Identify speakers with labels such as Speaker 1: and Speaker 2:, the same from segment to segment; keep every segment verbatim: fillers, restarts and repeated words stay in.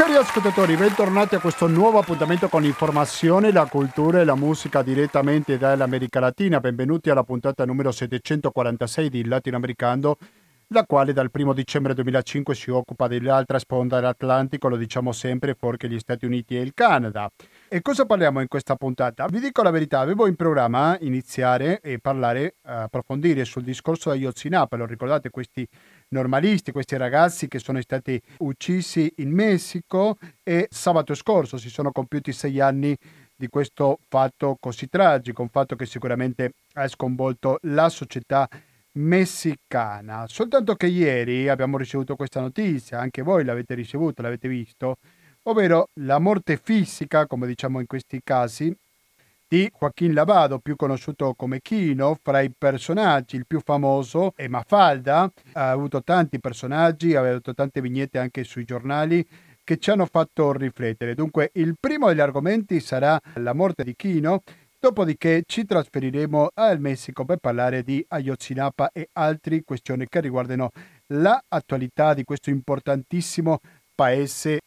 Speaker 1: Cari ascoltatori, bentornati a questo nuovo appuntamento con informazione, la cultura e la musica direttamente dall'America Latina. Benvenuti alla puntata numero settecentoquarantasei di Latinoamericano, la quale dal primo dicembre duemilacinque si occupa dell'altra sponda dell'Atlantico, lo diciamo sempre, fuorché gli Stati Uniti e il Canada. E cosa parliamo in questa puntata? Vi dico la verità, avevo in programma iniziare e parlare, approfondire sul discorso Ayotzinapa. Lo ricordate, questi normalisti, questi ragazzi che sono stati uccisi in Messico, e sabato scorso si sono compiuti sei anni di questo fatto così tragico, un fatto che sicuramente ha sconvolto la società messicana. Soltanto che ieri abbiamo ricevuto questa notizia, anche voi l'avete ricevuto, l'avete visto, ovvero la morte fisica, come diciamo in questi casi, di Joaquín Lavado, più conosciuto come Kino. Fra i personaggi il più famoso è Mafalda. Ha avuto tanti personaggi, ha avuto tante vignette anche sui giornali che ci hanno fatto riflettere. Dunque il primo degli argomenti sarà la morte di Kino, dopodiché ci trasferiremo al Messico per parlare di Ayotzinapa e altre questioni che riguardano l'attualità di questo importantissimo paese.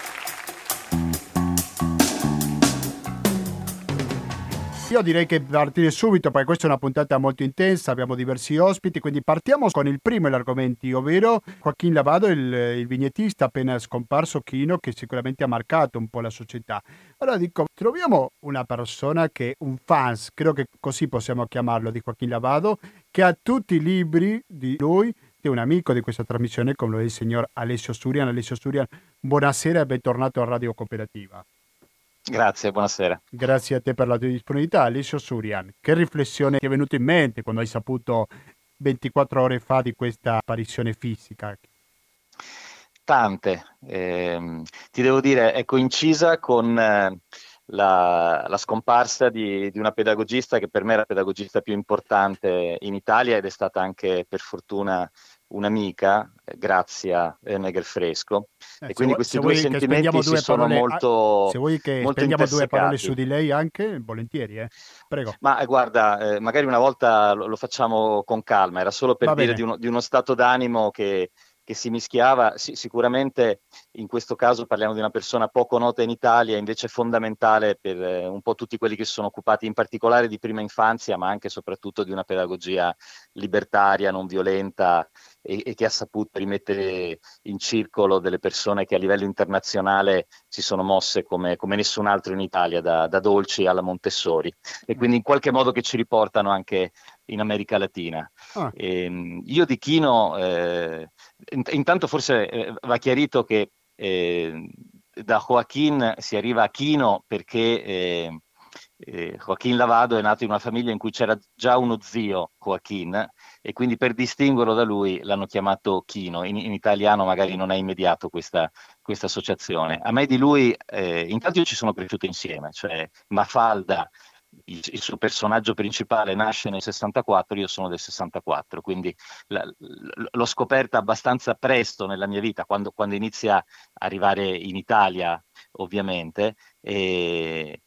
Speaker 1: Io direi che partire subito, perché questa è una puntata molto intensa, abbiamo diversi ospiti, quindi partiamo con il primo degli argomenti, ovvero Joaquín Lavado, il, il vignettista appena scomparso Kino, che sicuramente ha marcato un po' la società. Allora dico, troviamo una persona che, un fans, credo che così possiamo chiamarlo, di Joaquín Lavado, che ha tutti i libri di lui, è un amico di questa trasmissione, come lo è il signor Alessio Surian. Alessio Surian, buonasera e bentornato a Radio Cooperativa.
Speaker 2: Grazie, buonasera.
Speaker 1: Grazie a te per la tua disponibilità. Alessio Surian, che riflessione ti è venuta in mente quando hai saputo ventiquattro ore fa di questa apparizione fisica?
Speaker 2: Tante. Eh, ti devo dire, è coincisa con eh, la, la scomparsa di, di una pedagogista che per me è la pedagogista più importante in Italia ed è stata anche, per fortuna, un'amica, eh, Grazia eh, Negrefresco.
Speaker 1: Eh,
Speaker 2: E
Speaker 1: se
Speaker 2: quindi
Speaker 1: vuoi,
Speaker 2: questi
Speaker 1: se
Speaker 2: due
Speaker 1: vuoi che
Speaker 2: sentimenti
Speaker 1: spendiamo
Speaker 2: si
Speaker 1: due
Speaker 2: sono
Speaker 1: parole, ah,
Speaker 2: molto,
Speaker 1: se vuoi che
Speaker 2: molto
Speaker 1: spendiamo due parole su
Speaker 2: intersecati.
Speaker 1: di lei anche, volentieri, eh. Prego.
Speaker 2: Ma eh, guarda, eh, magari una volta lo, lo facciamo con calma, era solo per
Speaker 1: Va
Speaker 2: dire
Speaker 1: bene.
Speaker 2: di uno, di uno stato d'animo che, che si mischiava. Sì, sicuramente in questo caso parliamo di una persona poco nota in Italia, invece fondamentale per eh, un po' tutti quelli che si sono occupati in particolare di prima infanzia, ma anche e soprattutto di una pedagogia libertaria, non violenta e, e che ha saputo rimettere in circolo delle persone che a livello internazionale si sono mosse come, come nessun altro in Italia, da, da Dolci alla Montessori. E quindi in qualche modo che ci riportano anche in America Latina.
Speaker 1: Ah,
Speaker 2: E, io di Kino, eh, intanto forse eh, va chiarito che eh, da Joaquín si arriva a Kino perché eh, eh, Joaquín Lavado è nato in una famiglia in cui c'era già uno zio Joaquín e quindi per distinguerlo da lui l'hanno chiamato Kino. In, in italiano magari non è immediato questa, questa associazione. A me di lui, eh, intanto io ci sono cresciuto insieme, cioè Mafalda, il, il suo personaggio principale, nasce nel sessantaquattro, io sono del sessantaquattro, quindi la, l- l'ho scoperta abbastanza presto nella mia vita, quando, quando inizia a arrivare in Italia, ovviamente, e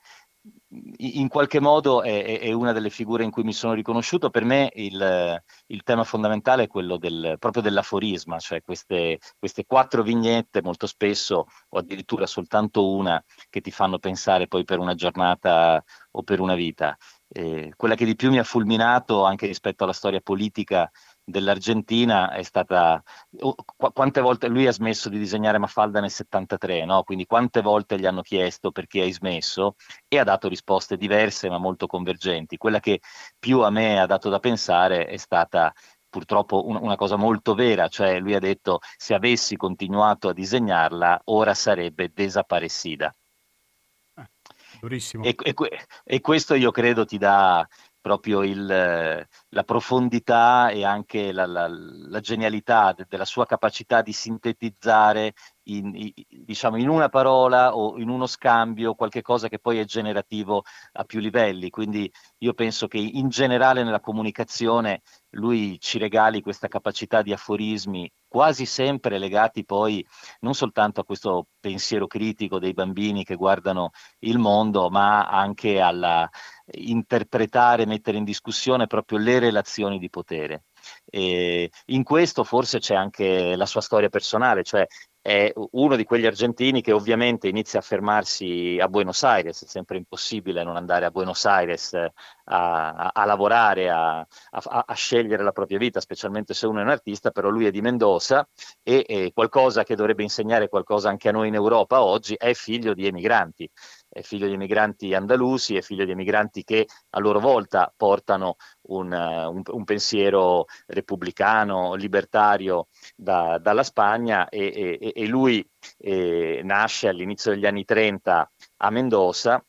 Speaker 2: in qualche modo è, è una delle figure in cui mi sono riconosciuto. Per me il, il tema fondamentale è quello del, proprio dell'aforisma, cioè queste, queste quattro vignette, molto spesso, o addirittura soltanto una, che ti fanno pensare poi per una giornata o per una vita. Eh, quella che di più mi ha fulminato anche rispetto alla storia politica dell'Argentina è stata oh, qu- quante volte lui ha smesso di disegnare Mafalda nel settantatré, no? Quindi quante volte gli hanno chiesto perché hai smesso e ha dato risposte diverse ma molto convergenti. Quella che più a me ha dato da pensare è stata purtroppo un- una cosa molto vera, cioè lui ha detto se avessi continuato a disegnarla ora sarebbe desaparecida.
Speaker 1: eh, durissimo.
Speaker 2: E, e que- e questo io credo ti dà proprio il, eh, la profondità e anche la, la- la genialità de- della sua capacità di sintetizzare in, i- diciamo, in una parola o in uno scambio qualche cosa che poi è generativo a più livelli. Quindi io penso che in generale nella comunicazione lui ci regali questa capacità di aforismi quasi sempre legati poi non soltanto a questo pensiero critico dei bambini che guardano il mondo, ma anche alla interpretare, mettere in discussione proprio le relazioni di potere. E in questo forse c'è anche la sua storia personale, cioè è uno di quegli argentini che ovviamente inizia a fermarsi a Buenos Aires, è sempre impossibile non andare a Buenos Aires a, a, a lavorare, a, a, a scegliere la propria vita, specialmente se uno è un artista, però lui è di Mendoza e, e qualcosa che dovrebbe insegnare qualcosa anche a noi in Europa oggi, è figlio di emigranti, è figlio di emigranti andalusi, è figlio di emigranti che a loro volta portano un, un, un pensiero repubblicano, libertario da, dalla Spagna e, e, e lui eh, nasce all'inizio degli anni trenta a Mendoza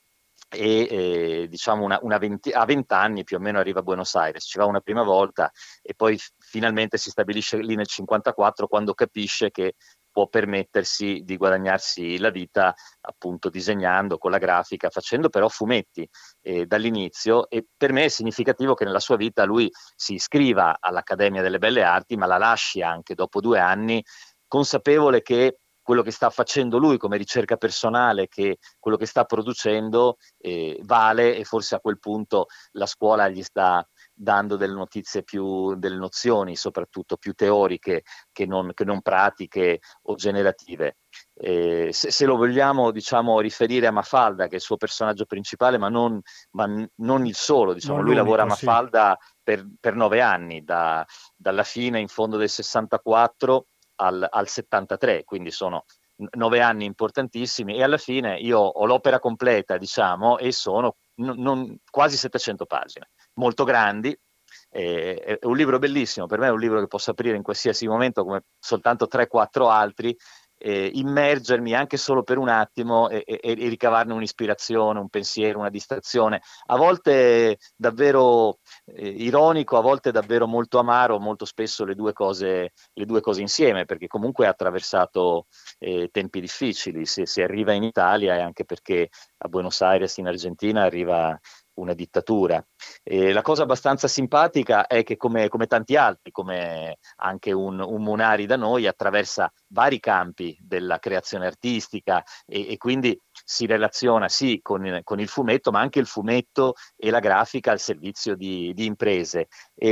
Speaker 2: e eh, diciamo una, una venti, a venti anni più o meno arriva a Buenos Aires, ci va una prima volta e poi f- finalmente si stabilisce lì nel cinquantaquattro quando capisce che può permettersi di guadagnarsi la vita appunto disegnando con la grafica, facendo però fumetti eh, dall'inizio e per me è significativo che nella sua vita lui si iscriva all'Accademia delle Belle Arti ma la lasci anche dopo due anni consapevole che quello che sta facendo lui come ricerca personale, che quello che sta producendo eh, vale e forse a quel punto la scuola gli sta dando delle notizie più, delle nozioni soprattutto più teoriche che non, che non pratiche o generative. Eh, se, se lo vogliamo diciamo riferire a Mafalda che è il suo personaggio principale ma non, ma non il solo, diciamo,
Speaker 1: Non
Speaker 2: lui lavora a
Speaker 1: l'unico, sì.
Speaker 2: Mafalda per, per nove anni, da, dalla fine in fondo del sessantaquattro al, al settantatré, quindi sono nove anni importantissimi e alla fine io ho l'opera completa, diciamo, e sono non, non, quasi settecento pagine, molto grandi. Eh, è un libro bellissimo, per me è un libro che posso aprire in qualsiasi momento come soltanto tre quattro altri, eh, immergermi anche solo per un attimo e, e, e ricavarne un'ispirazione, un pensiero, una distrazione, a volte davvero eh, ironico, a volte davvero molto amaro, molto spesso le due cose, le due cose insieme, perché comunque ha attraversato eh, tempi difficili, se si arriva in Italia e anche perché a Buenos Aires in Argentina arriva una dittatura. E la cosa abbastanza simpatica è che come, come tanti altri, come anche un, un Munari da noi, attraversa vari campi della creazione artistica e, e quindi si relaziona sì con, con il fumetto, ma anche il fumetto e la grafica al servizio di, di imprese.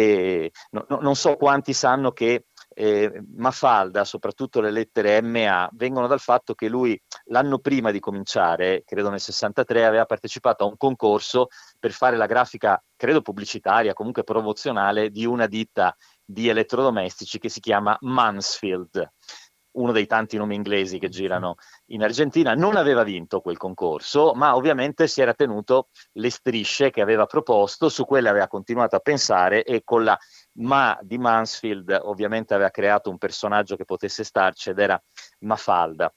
Speaker 2: E no, no, non so quanti sanno che eh, Mafalda, soprattutto le lettere M A, vengono dal fatto che lui l'anno prima di cominciare, credo nel sessantatré, aveva partecipato a un concorso per fare la grafica, credo pubblicitaria, comunque promozionale, di una ditta di elettrodomestici che si chiama Mansfield, uno dei tanti nomi inglesi che girano in Argentina. Non aveva vinto quel concorso, ma ovviamente si era tenuto le strisce che aveva proposto, su quelle aveva continuato a pensare e con la Ma di Mansfield ovviamente aveva creato un personaggio che potesse starci ed era Mafalda.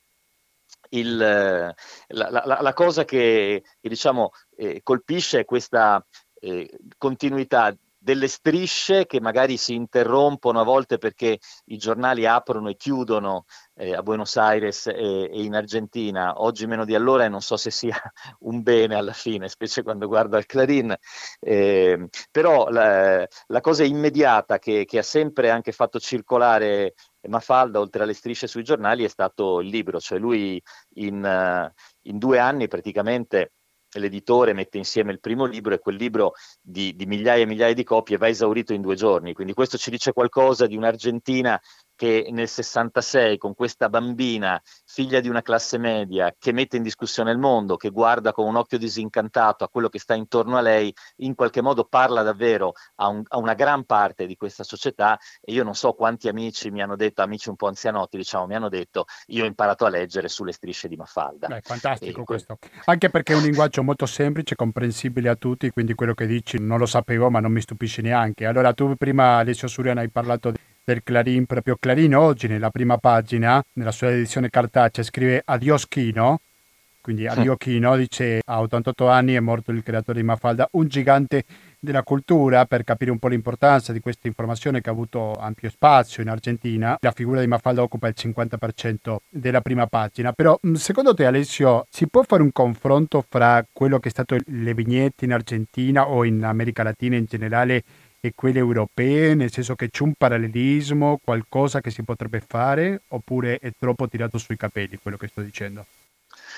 Speaker 2: Il, la, la, la, cosa che, che diciamo eh, colpisce è questa eh, continuità delle strisce che magari si interrompono a volte perché i giornali aprono e chiudono eh, a Buenos Aires e, e in Argentina, oggi meno di allora e non so se sia un bene alla fine, specie quando guardo al Clarin, eh, però la, la cosa immediata che, che ha sempre anche fatto circolare Mafalda, oltre alle strisce sui giornali, è stato il libro, cioè lui in, uh, in due anni praticamente l'editore mette insieme il primo libro e quel libro di, di migliaia e migliaia di copie va esaurito in due giorni, quindi questo ci dice qualcosa di un'Argentina che nel sessantasei con questa bambina, figlia di una classe media, che mette in discussione il mondo, che guarda con un occhio disincantato a quello che sta intorno a lei, in qualche modo parla davvero a, un, a una gran parte di questa società e io non so quanti amici mi hanno detto, amici un po' anzianotti, diciamo, mi hanno detto, io ho imparato a leggere sulle strisce di Mafalda.
Speaker 1: Beh, è
Speaker 2: E
Speaker 1: fantastico
Speaker 2: que-
Speaker 1: questo, anche perché è un linguaggio molto semplice, comprensibile a tutti, quindi quello che dici non lo sapevo, ma non mi stupisce neanche. Allora, tu prima, Alessio Surian, hai parlato del Clarín, proprio Clarín oggi nella prima pagina, nella sua edizione cartacea, scrive Adios Chino, quindi addio Chino, dice a ottantotto anni è morto il creatore di Mafalda, un gigante della cultura. Per capire un po' l'importanza di questa informazione che ha avuto ampio spazio in Argentina, la figura di Mafalda occupa il cinquanta per cento della prima pagina. Però secondo te, Alessio, si può fare un confronto fra quello che è stato le vignette in Argentina o in America Latina in generale e quelle europee, nel senso che c'è un parallelismo, qualcosa che si potrebbe fare, oppure è troppo tirato sui capelli quello che sto dicendo?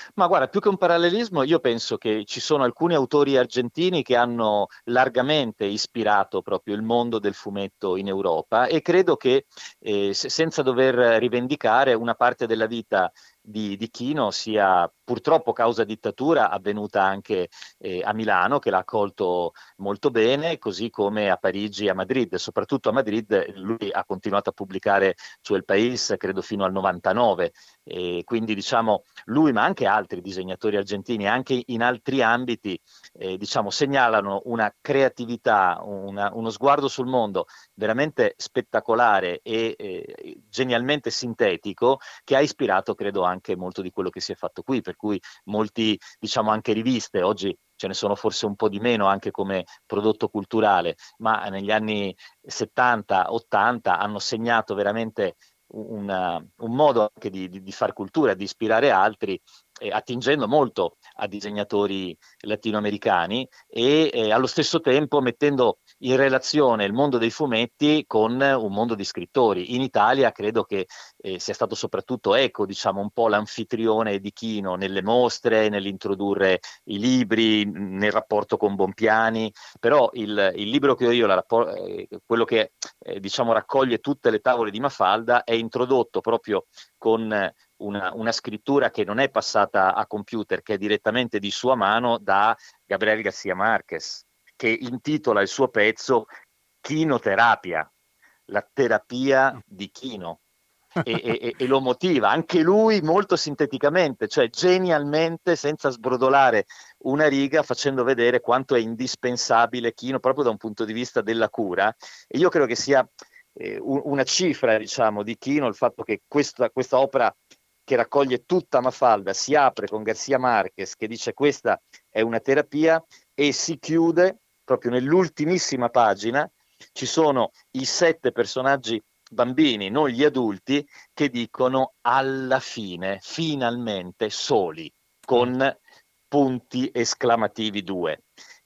Speaker 2: Ma guarda, più che un parallelismo, io penso che ci sono alcuni autori argentini che hanno largamente ispirato proprio il mondo del fumetto in Europa e credo che eh, se- senza dover rivendicare una parte della vita di, di Kino sia purtroppo causa dittatura avvenuta anche eh, a Milano, che l'ha accolto molto bene, così come a Parigi e a Madrid. Soprattutto a Madrid lui ha continuato a pubblicare su El País, credo fino al novantanove, e quindi diciamo lui, ma anche altri disegnatori argentini, anche in altri ambiti, eh, diciamo, segnalano una creatività, una- uno sguardo sul mondo veramente spettacolare e eh, genialmente sintetico, che ha ispirato, credo, anche molto di quello che si è fatto qui, per cui molti, diciamo, anche riviste, oggi ce ne sono forse un po' di meno anche come prodotto culturale, ma negli anni settanta ottanta hanno segnato veramente una- un modo anche di, di, di far cultura, di ispirare altri, eh, attingendo molto a disegnatori latinoamericani e eh, allo stesso tempo mettendo in relazione il mondo dei fumetti con un mondo di scrittori. In Italia credo che eh, sia stato soprattutto Eco, diciamo, un po' l'anfitrione di Kino nelle mostre, nell'introdurre i libri, nel rapporto con Bompiani, però il, il libro che ho io, la, eh, quello che eh, diciamo raccoglie tutte le tavole di Mafalda, è introdotto proprio con una, una scrittura che non è passata a computer, che è direttamente di sua mano da Gabriel García Márquez, che intitola il suo pezzo Chinoterapia, la terapia di Kino. E, e, e, lo motiva anche lui molto sinteticamente, cioè genialmente, senza sbrodolare una riga, facendo vedere quanto è indispensabile Kino proprio da un punto di vista della cura. E io credo che sia eh, una cifra, diciamo, di Kino il fatto che questa, questa opera che raccoglie tutta Mafalda si apre con Garcia Marquez che dice questa è una terapia e si chiude proprio nell'ultimissima pagina. Ci sono i sette personaggi bambini, non gli adulti, che dicono alla fine, finalmente soli,
Speaker 1: Ah,
Speaker 2: con punti esclamativi due.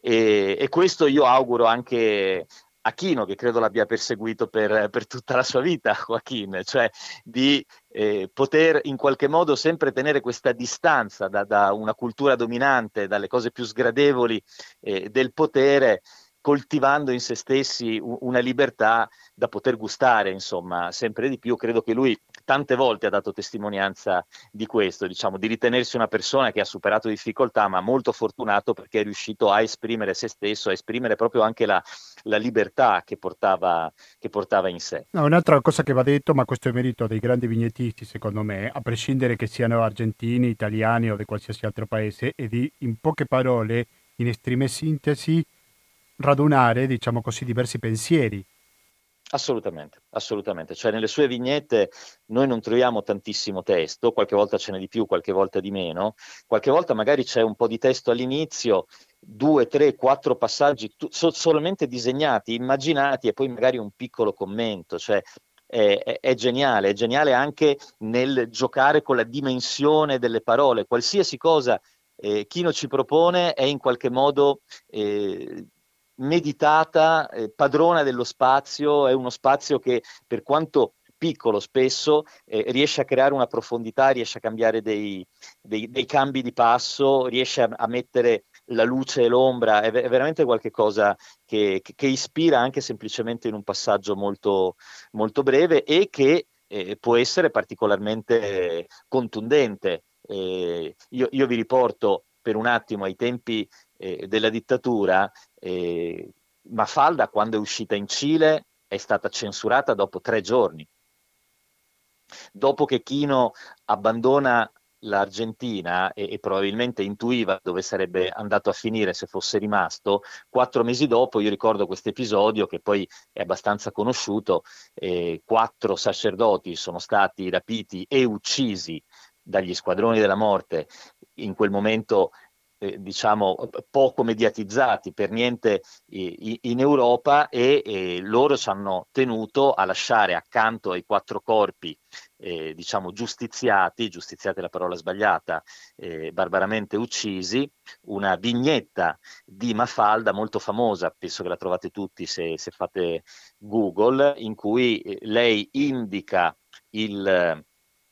Speaker 2: E, e questo io auguro anche a Kino, che credo l'abbia perseguito per, per tutta la sua vita, Joaquin, cioè di eh, poter in qualche modo sempre tenere questa distanza da, da una cultura dominante, dalle cose più sgradevoli eh, del potere, coltivando in se stessi una libertà da poter gustare, insomma, sempre di più. Credo che lui tante volte ha dato testimonianza di questo, diciamo, di ritenersi una persona che ha superato difficoltà, ma molto fortunato perché è riuscito a esprimere se stesso, a esprimere proprio anche la, la libertà che portava, che portava in sé.
Speaker 1: no, un'altra cosa che va detto, ma questo è merito dei grandi vignettisti, secondo me, a prescindere che siano argentini, italiani o di qualsiasi altro paese, è di, in poche parole, in estreme sintesi, radunare, diciamo così, diversi pensieri.
Speaker 2: Assolutamente, assolutamente. Cioè nelle sue vignette noi non troviamo tantissimo testo, qualche volta ce n'è di più, qualche volta di meno, qualche volta magari c'è un po' di testo all'inizio, due, tre, quattro passaggi tu- so- solamente disegnati, immaginati e poi magari un piccolo commento, cioè è, è- è geniale, è geniale anche nel giocare con la dimensione delle parole, qualsiasi cosa eh, Kino ci propone è in qualche modo eh, meditata, eh, padrona dello spazio, è uno spazio che per quanto piccolo spesso eh, riesce a creare una profondità, riesce a cambiare dei, dei, dei cambi di passo, riesce a, a mettere la luce e l'ombra, è, è veramente qualcosa che, che, che ispira anche semplicemente in un passaggio molto, molto breve e che eh, può essere particolarmente eh, contundente. Eh, io, io vi riporto per un attimo ai tempi eh, della dittatura. eh, Mafalda, quando è uscita in Cile, è stata censurata dopo tre giorni. Dopo che Chino abbandona l'Argentina e, e probabilmente intuiva dove sarebbe andato a finire se fosse rimasto, quattro mesi dopo, io ricordo questo episodio che poi è abbastanza conosciuto, eh, quattro sacerdoti sono stati rapiti e uccisi dagli squadroni della morte, in quel momento eh, diciamo poco mediatizzati, per niente eh, in Europa, e eh, loro ci hanno tenuto a lasciare accanto ai quattro corpi eh, diciamo giustiziati, giustiziati è la parola sbagliata, eh, barbaramente uccisi, una vignetta di Mafalda molto famosa, penso che la trovate tutti se, se fate Google, in cui eh, lei indica il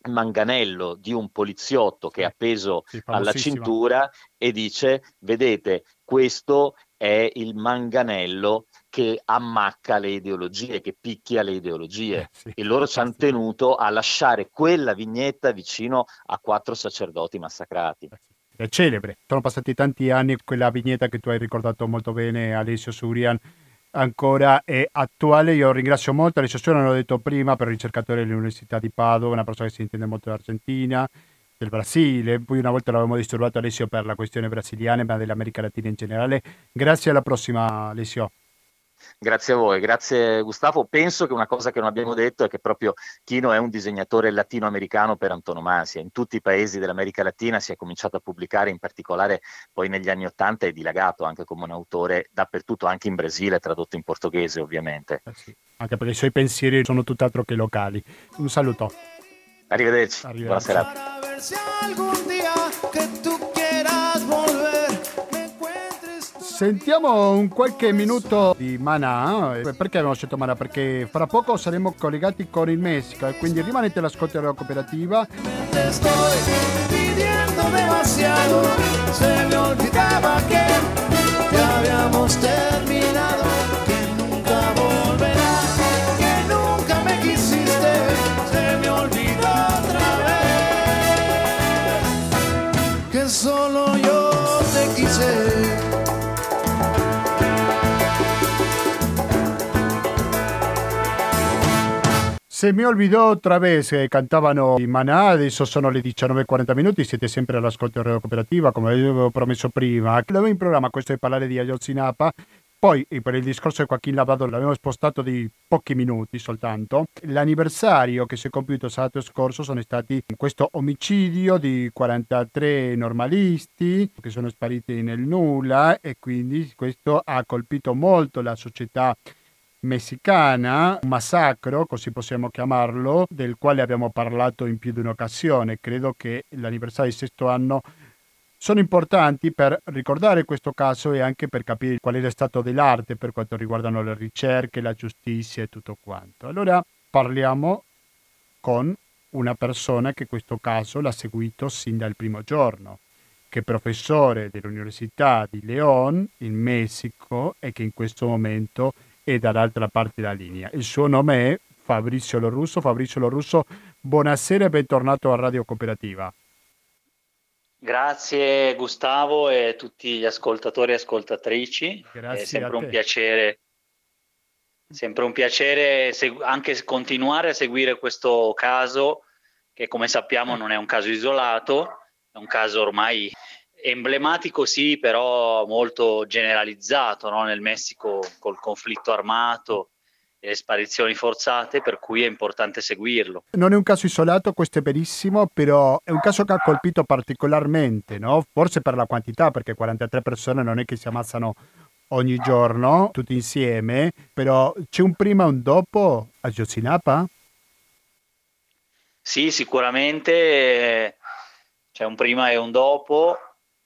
Speaker 2: manganello di un poliziotto che è appeso
Speaker 1: sì,
Speaker 2: alla
Speaker 1: famosissima.
Speaker 2: cintura e dice: vedete, questo è il manganello che ammacca le ideologie, che picchia le ideologie.
Speaker 1: Eh, sì,
Speaker 2: E loro ci hanno
Speaker 1: fantastico.
Speaker 2: tenuto a lasciare quella vignetta vicino a quattro sacerdoti massacrati.
Speaker 1: Eh, sì. È celebre. Sono passati tanti anni, quella vignetta che tu hai ricordato molto bene, Alessio Surian, ancora è attuale. Io ringrazio molto Alessio Surian, l'ho detto prima, per ricercatore dell'Università di Padova, una persona che si intende molto dell'Argentina, del Brasile. Poi una volta l'avevamo disturbato Alessio per la questione brasiliana, ma dell'America Latina in generale. Grazie, alla prossima, Alessio.
Speaker 2: Grazie a voi, grazie Gustavo. Penso che una cosa che non abbiamo detto è che proprio Kino è un disegnatore latinoamericano per antonomasia. In tutti i paesi dell'America Latina si è cominciato a pubblicare, in particolare poi negli anni Ottanta è dilagato anche come un autore dappertutto, anche in Brasile, tradotto in portoghese ovviamente.
Speaker 1: Eh sì, anche perché i suoi pensieri sono tutt'altro che locali. Un saluto.
Speaker 2: Arrivederci, buona
Speaker 1: Arrivederci.
Speaker 2: serata.
Speaker 3: Para ver si algún día que tú quieras volver me encuentres.
Speaker 1: Sentiamo un qualche minuto di Maná. Perché abbiamo scelto Maná? Perché fra poco saremo collegati con il Messico e quindi rimanete all'ascolto della cooperativa.
Speaker 3: Te estoy pidiendo demasiado. Se me olvidaba que ya habíamos terminado, que nunca volverá, que nunca me quisiste. Se me olvidó otra vez que solo yo te quise.
Speaker 1: Se mi olvidò otra vez, eh, cantavano i Maná, adesso sono le diciannove e quaranta minuti, siete sempre all'ascolto della cooperativa, come avevo promesso prima. L'avevo in programma questo è parlare di Ayotzinapa, poi eh, per il discorso di Joaquin Lavado l'avevo spostato di pochi minuti soltanto. L'anniversario che si è compiuto sabato scorso sono stati questo omicidio di quarantatré normalisti che sono spariti nel nulla e quindi questo ha colpito molto la società messicana, un massacro, così possiamo chiamarlo, del quale abbiamo parlato in più di un'occasione. Credo che l'anniversario del sesto anno sono importanti per ricordare questo caso e anche per capire qual è lo stato dell'arte per quanto riguardano le ricerche, la giustizia e tutto quanto. Allora parliamo con una persona che questo caso l'ha seguito sin dal primo giorno, che è professore dell'Università di León in Messico e che in questo momento è dall'altra parte della linea. Il suo nome è Fabrizio Lorusso. Fabrizio Lorusso, buonasera e bentornato a Radio Cooperativa.
Speaker 4: Grazie Gustavo e tutti gli ascoltatori e ascoltatrici.
Speaker 1: Grazie
Speaker 4: è sempre
Speaker 1: a
Speaker 4: un
Speaker 1: te.
Speaker 4: piacere, sempre un piacere segu- anche continuare a seguire questo caso che, come sappiamo, non è un caso isolato, è un caso ormai emblematico, sì, però molto generalizzato, no? Nel Messico col conflitto armato e le sparizioni forzate, per cui è importante seguirlo.
Speaker 1: Non è un caso isolato, questo è verissimo, però è un caso che ha colpito particolarmente, no? Forse per la quantità, perché quarantatré persone non è che si ammazzano ogni giorno, tutti insieme, però c'è un prima e un dopo a Ayotzinapa?
Speaker 4: Sì, sicuramente eh, c'è un prima e un dopo.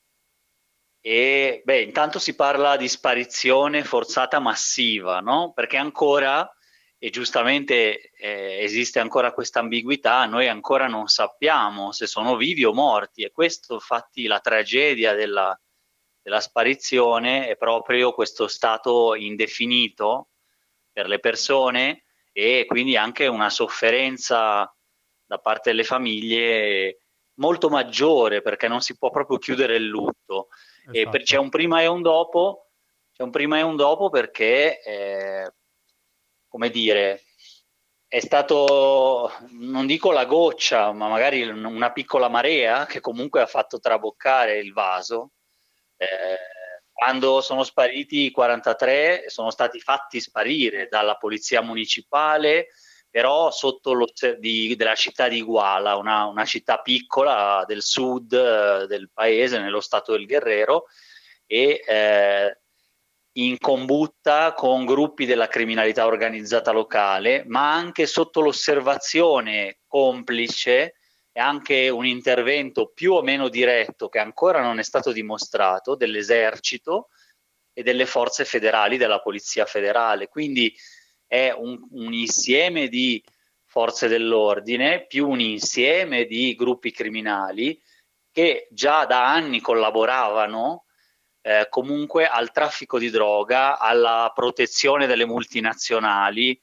Speaker 4: E beh, intanto si parla di sparizione forzata massiva, no? Perché ancora, e giustamente eh, esiste ancora questa ambiguità, noi ancora non sappiamo se sono vivi o morti, e questo, infatti, la tragedia della, della sparizione è proprio questo stato indefinito per le persone e quindi anche una sofferenza da parte delle famiglie molto maggiore, perché non si può proprio chiudere il lutto. E per, c'è
Speaker 1: Esatto.
Speaker 4: un prima e un dopo, c'è un prima e un dopo perché, eh, come dire, è stato, non dico la goccia, ma magari una piccola marea che comunque ha fatto traboccare il vaso. Eh, quando sono spariti i quarantatré, sono stati fatti sparire dalla polizia municipale, però sotto lo, di, della città di Iguala, una, una città piccola del sud eh, del paese, nello stato del Guerrero, e eh, in combutta con gruppi della criminalità organizzata locale, ma anche sotto l'osservazione complice e anche un intervento più o meno diretto, che ancora non è stato dimostrato, dell'esercito e delle forze federali, della polizia federale. Quindi è un, un insieme di forze dell'ordine più un insieme di gruppi criminali che già da anni collaboravano eh, comunque al traffico di droga, alla protezione delle multinazionali,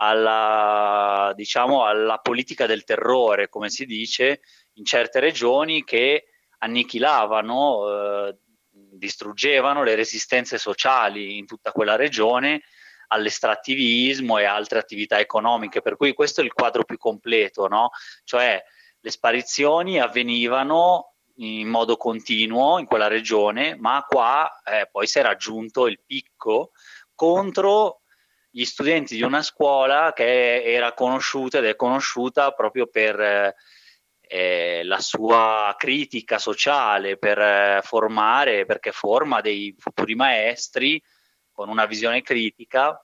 Speaker 4: alla, diciamo, alla politica del terrore, come si dice, in certe regioni, che annichilavano, eh, distruggevano le resistenze sociali in tutta quella regione all'estrattivismo e altre attività economiche. Per cui questo è il quadro più completo, no? Cioè le sparizioni avvenivano in modo continuo in quella regione, ma qua eh, poi si è raggiunto il picco contro gli studenti di una scuola che era conosciuta ed è conosciuta proprio per eh, eh, la sua critica sociale, per eh, formare, perché forma dei futuri maestri con una visione critica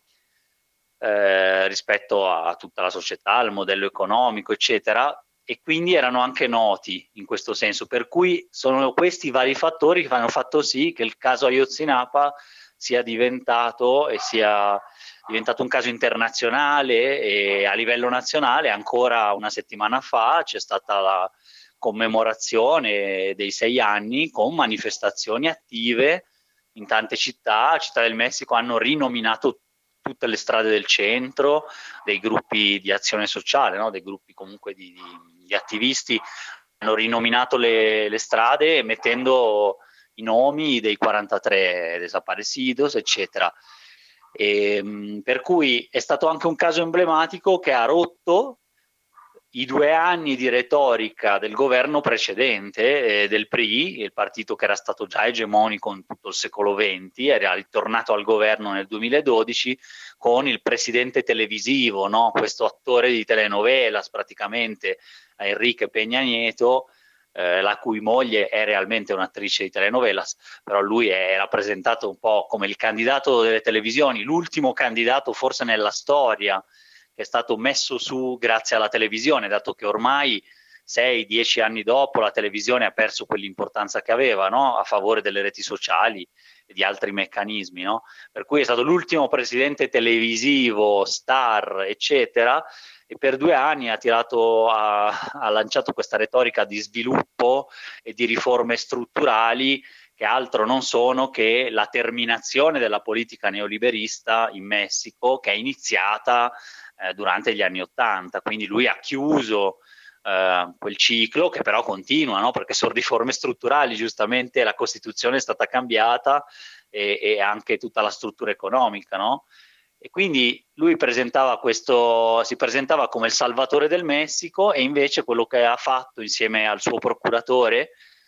Speaker 4: eh, rispetto a tutta la società, al modello economico, eccetera, e quindi erano anche noti in questo senso, per cui sono questi vari fattori che hanno fatto sì che il caso Ayotzinapa sia diventato e sia diventato un caso internazionale, e a livello nazionale ancora una settimana fa c'è stata la commemorazione dei sei anni con manifestazioni attive in tante città. Città del Messico hanno rinominato tutte le strade del centro, dei gruppi di azione sociale, no? Dei gruppi comunque di, di, di attivisti hanno rinominato le, le strade mettendo i nomi dei quarantatré desaparecidos, eccetera. E, per cui è stato anche un caso emblematico che ha rotto i due anni di retorica del governo precedente, eh, del P R I, il partito che era stato già egemonico in tutto il secolo venti, era ritornato al governo nel duemiladodici con il presidente televisivo, no? Questo attore di telenovelas praticamente, Enrique Peña Nieto, eh, la cui moglie è realmente un'attrice di telenovelas, però lui è rappresentato un po' come il candidato delle televisioni, l'ultimo candidato forse nella storia che è stato messo su grazie alla televisione, dato che ormai sei dieci anni dopo la televisione ha perso quell'importanza che aveva, no? A favore delle reti sociali e di altri meccanismi, no? Per cui è stato l'ultimo presidente televisivo, star, eccetera, e per due anni ha, tirato, ha, ha lanciato questa retorica di sviluppo e di riforme strutturali che altro non sono che la terminazione della politica neoliberista in Messico, che è iniziata eh, durante gli anni Ottanta. Quindi lui ha chiuso eh, quel ciclo, che però continua, no? Perché sono riforme strutturali, giustamente la Costituzione è stata cambiata e, e anche tutta la struttura economica, no? E quindi lui presentava questo, si presentava come il salvatore del Messico, e invece quello che ha fatto insieme al suo procuratore,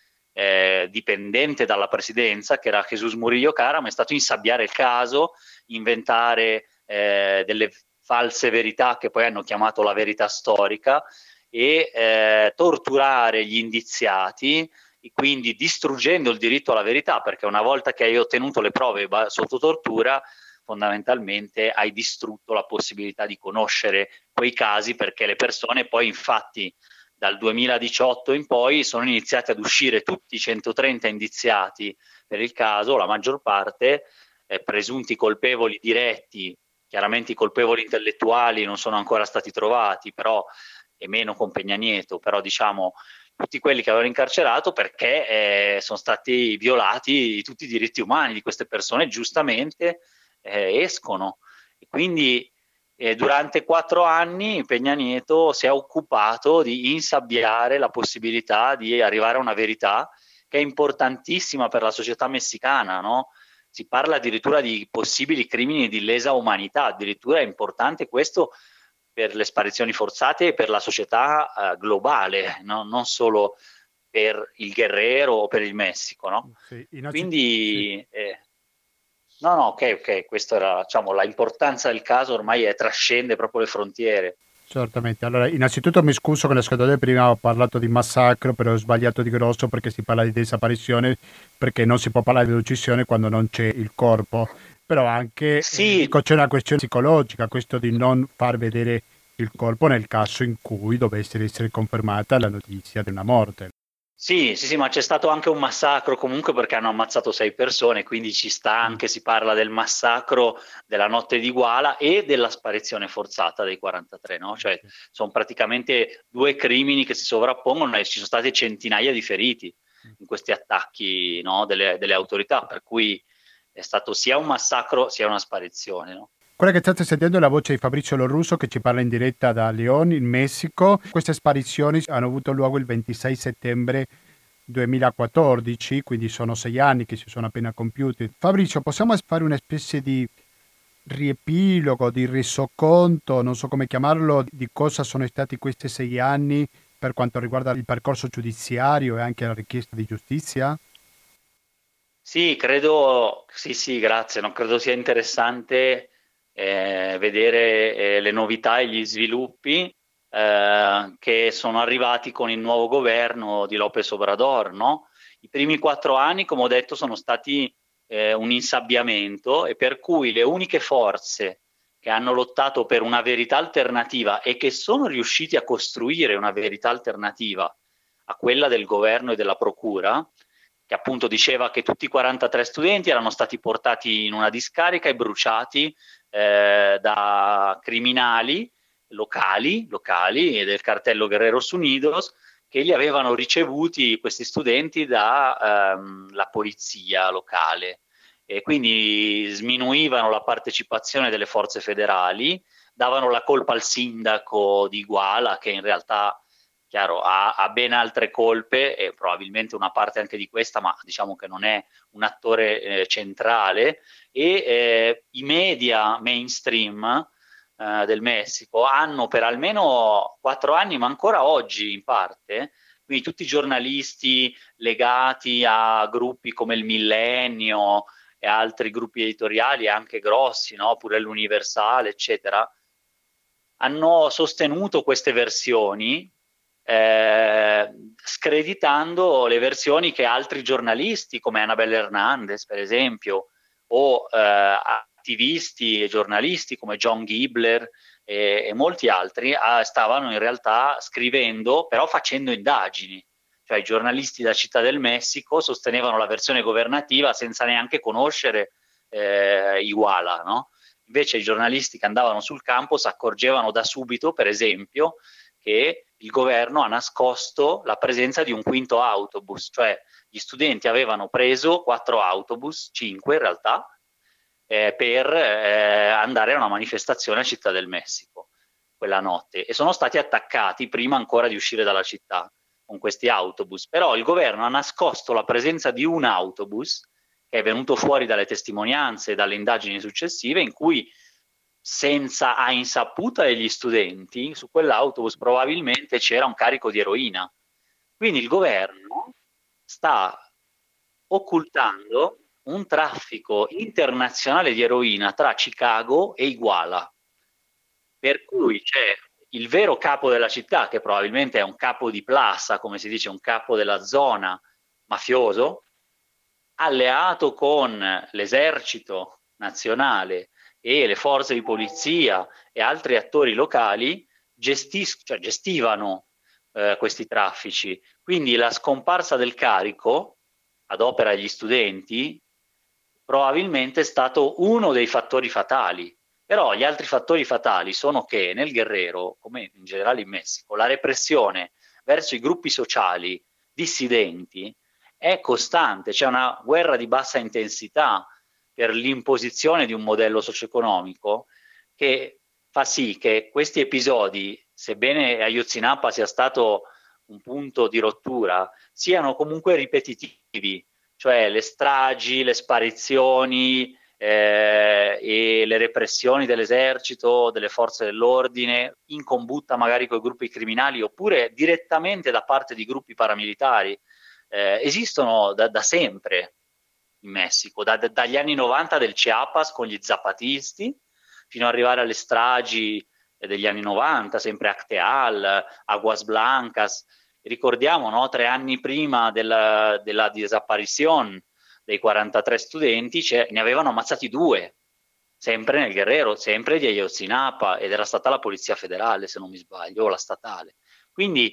Speaker 4: Eh, dipendente dalla presidenza, che era Jesus Murillo Caram, è stato insabbiare il caso, inventare eh, delle false verità che poi hanno chiamato la verità storica, e eh, torturare gli indiziati, e quindi distruggendo il diritto alla verità, perché una volta che hai ottenuto le prove sotto tortura, fondamentalmente hai distrutto la possibilità di conoscere quei casi, perché le persone poi infatti dal duemiladiciotto in poi sono iniziati ad uscire tutti i centotrenta indiziati per il caso, la maggior parte eh, presunti colpevoli diretti. Chiaramente i colpevoli intellettuali non sono ancora stati trovati, però, e meno con Peña Nieto, però diciamo tutti quelli che avevano incarcerato, perché eh, sono stati violati tutti i diritti umani di queste persone, giustamente eh, escono. E quindi E durante quattro anni Peña Nieto si è occupato di insabbiare la possibilità di arrivare a una verità che è importantissima per la società messicana, no? Si parla addirittura di possibili crimini di lesa umanità, addirittura è importante questo per le sparizioni forzate e per la società eh, globale, no? Non solo per il Guerrero o per il Messico, no?
Speaker 1: Sì, innanzitutto,
Speaker 4: Quindi...
Speaker 1: sì.
Speaker 4: Eh, No, no, ok, ok, questa era, diciamo, la importanza del caso ormai è, trascende proprio le frontiere.
Speaker 1: Certamente. Allora, innanzitutto mi scuso con l'ascoltatore, prima ho parlato di massacro, però ho sbagliato di grosso, perché si parla di disapparizione, perché non si può parlare di uccisione quando non c'è il corpo. Però anche
Speaker 4: Sì.
Speaker 1: eh, dico, c'è una questione psicologica, questo di non far vedere il corpo nel caso in cui dovesse essere confermata la notizia di una morte.
Speaker 4: Sì, sì, sì, ma c'è stato anche un massacro comunque perché hanno ammazzato sei persone, quindi ci sta anche, si parla del massacro della notte di Guala e della sparizione forzata dei quarantatré, no? Cioè sono praticamente due crimini che si sovrappongono e ci sono state centinaia di feriti in questi attacchi, no, delle, delle autorità, per cui è stato sia un massacro sia una sparizione, no?
Speaker 1: Quella che state sentendo è la voce di Fabrizio Lorusso che ci parla in diretta da León, in Messico. Queste sparizioni hanno avuto luogo il ventisei settembre duemilaquattordici, quindi sono sei anni che si sono appena compiuti. Fabrizio, possiamo fare una specie di riepilogo, di resoconto, non so come chiamarlo, di cosa sono stati questi sei anni per quanto riguarda il percorso giudiziario e anche la richiesta di giustizia?
Speaker 4: Sì, credo, sì, sì, grazie, no, credo sia interessante eh, vedere eh, le novità e gli sviluppi eh, che sono arrivati con il nuovo governo di López Obrador, no? I primi quattro anni, come ho detto, sono stati eh, un insabbiamento e per cui le uniche forze che hanno lottato per una verità alternativa e che sono riusciti a costruire una verità alternativa a quella del governo e della procura, che appunto diceva che tutti i quarantatré studenti erano stati portati in una discarica e bruciati eh, da criminali locali, locali e del cartello Guerreros Unidos, che li avevano ricevuti questi studenti dalla ehm, polizia locale. E quindi sminuivano la partecipazione delle forze federali, davano la colpa al sindaco di Iguala, che in realtà chiaro, ha, ha ben altre colpe e probabilmente una parte anche di questa, ma diciamo che non è un attore eh, centrale, e eh, i media mainstream eh, del Messico hanno per almeno quattro anni, ma ancora oggi in parte, quindi tutti i giornalisti legati a gruppi come il Millennio e altri gruppi editoriali anche grossi, no? Pure l'Universale, eccetera, hanno sostenuto queste versioni eh, screditando le versioni che altri giornalisti come Anabel Hernandez, per esempio, o eh, attivisti e giornalisti come John Gibler e, e molti altri eh, stavano in realtà scrivendo, però facendo indagini. Cioè i giornalisti da Città del Messico sostenevano la versione governativa senza neanche conoscere eh, Iguala, no? Invece i giornalisti che andavano sul campo si accorgevano da subito, per esempio, che il governo ha nascosto la presenza di un quinto autobus, cioè gli studenti avevano preso quattro autobus, cinque in realtà, eh, per eh, andare a una manifestazione a Città del Messico quella notte e sono stati attaccati prima ancora di uscire dalla città con questi autobus. Però il governo ha nascosto la presenza di un autobus che è venuto fuori dalle testimonianze e dalle indagini successive, in cui senza a insaputa degli studenti su quell'autobus probabilmente c'era un carico di eroina. Quindi il governo sta occultando un traffico internazionale di eroina tra Chicago e Iguala, per cui c'è il vero capo della città, che probabilmente è un capo di plaza, come si dice, un capo della zona mafioso, alleato con l'esercito nazionale e le forze di polizia e altri attori locali, gestis- cioè gestivano eh, questi traffici. Quindi la scomparsa del carico ad opera degli studenti probabilmente è stato uno dei fattori fatali. Però gli altri fattori fatali sono che nel Guerrero, come in generale in Messico, la repressione verso i gruppi sociali dissidenti è costante, c'è una guerra di bassa intensità per l'imposizione di un modello socio-economico che fa sì che questi episodi, sebbene Ayotzinapa sia stato un punto di rottura, siano comunque ripetitivi, cioè le stragi, le sparizioni eh, e le repressioni dell'esercito, delle forze dell'ordine, in combutta magari con i gruppi criminali oppure direttamente da parte di gruppi paramilitari, eh, esistono da, da sempre in Messico, da, da, dagli anni novanta del Chiapas con gli zapatisti, fino ad arrivare alle stragi degli anni novanta, sempre Acteal, Aguas Blancas. Ricordiamo, no, tre anni prima della, della disapparizione dei quarantatré studenti, cioè, ne avevano ammazzati due, sempre nel Guerrero, sempre di Ayotzinapa, ed era stata la Polizia Federale, se non mi sbaglio, o la statale. Quindi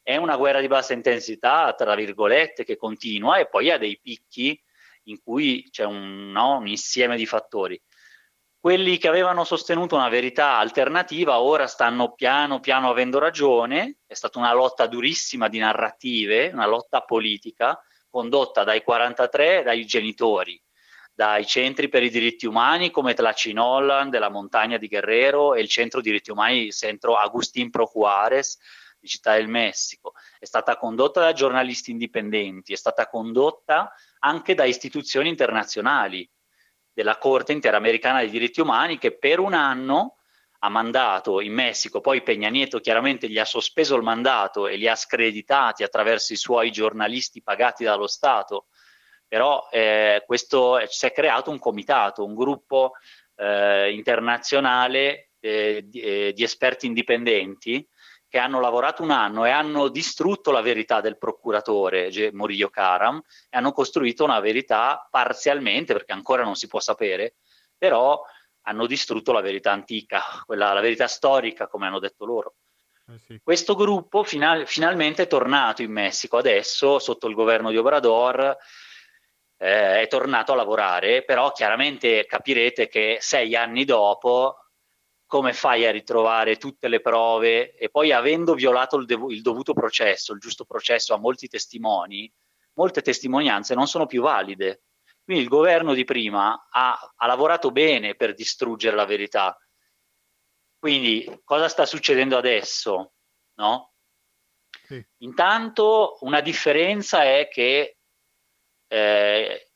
Speaker 4: è una guerra di bassa intensità, tra virgolette, che continua e poi ha dei picchi in cui c'è un, no, un insieme di fattori. Quelli che avevano sostenuto una verità alternativa ora stanno piano piano avendo ragione. È stata una lotta durissima di narrative, una lotta politica condotta dai quarantatré, dai genitori, dai centri per i diritti umani come Tlacinolan della montagna di Guerrero e il centro diritti umani, il centro Agustín Pro Juárez di Città del Messico. È stata condotta da giornalisti indipendenti, è stata condotta anche da istituzioni internazionali, della Corte Interamericana dei Diritti Umani, che per un anno ha mandato in Messico, poi Peña Nieto chiaramente gli ha sospeso il mandato e li ha screditati attraverso i suoi giornalisti pagati dallo Stato, però eh, questo si è creato un comitato, un gruppo eh, internazionale eh, di, eh, di esperti indipendenti che hanno lavorato un anno e hanno distrutto la verità del procuratore Murillo Karam e hanno costruito una verità parzialmente, perché ancora non si può sapere, però hanno distrutto la verità antica, quella, la verità storica, come hanno detto loro. Eh sì. Questo gruppo final, finalmente è tornato in Messico adesso, sotto il governo di Obrador, eh, è tornato a lavorare, però chiaramente capirete che sei anni dopo come fai a ritrovare tutte le prove e poi avendo violato il, devo, il dovuto processo, il giusto processo a molti testimoni, molte testimonianze non sono più valide. Quindi il governo di prima ha, ha lavorato bene per distruggere la verità. Quindi cosa sta succedendo adesso? No? Sì. Intanto una differenza è che eh,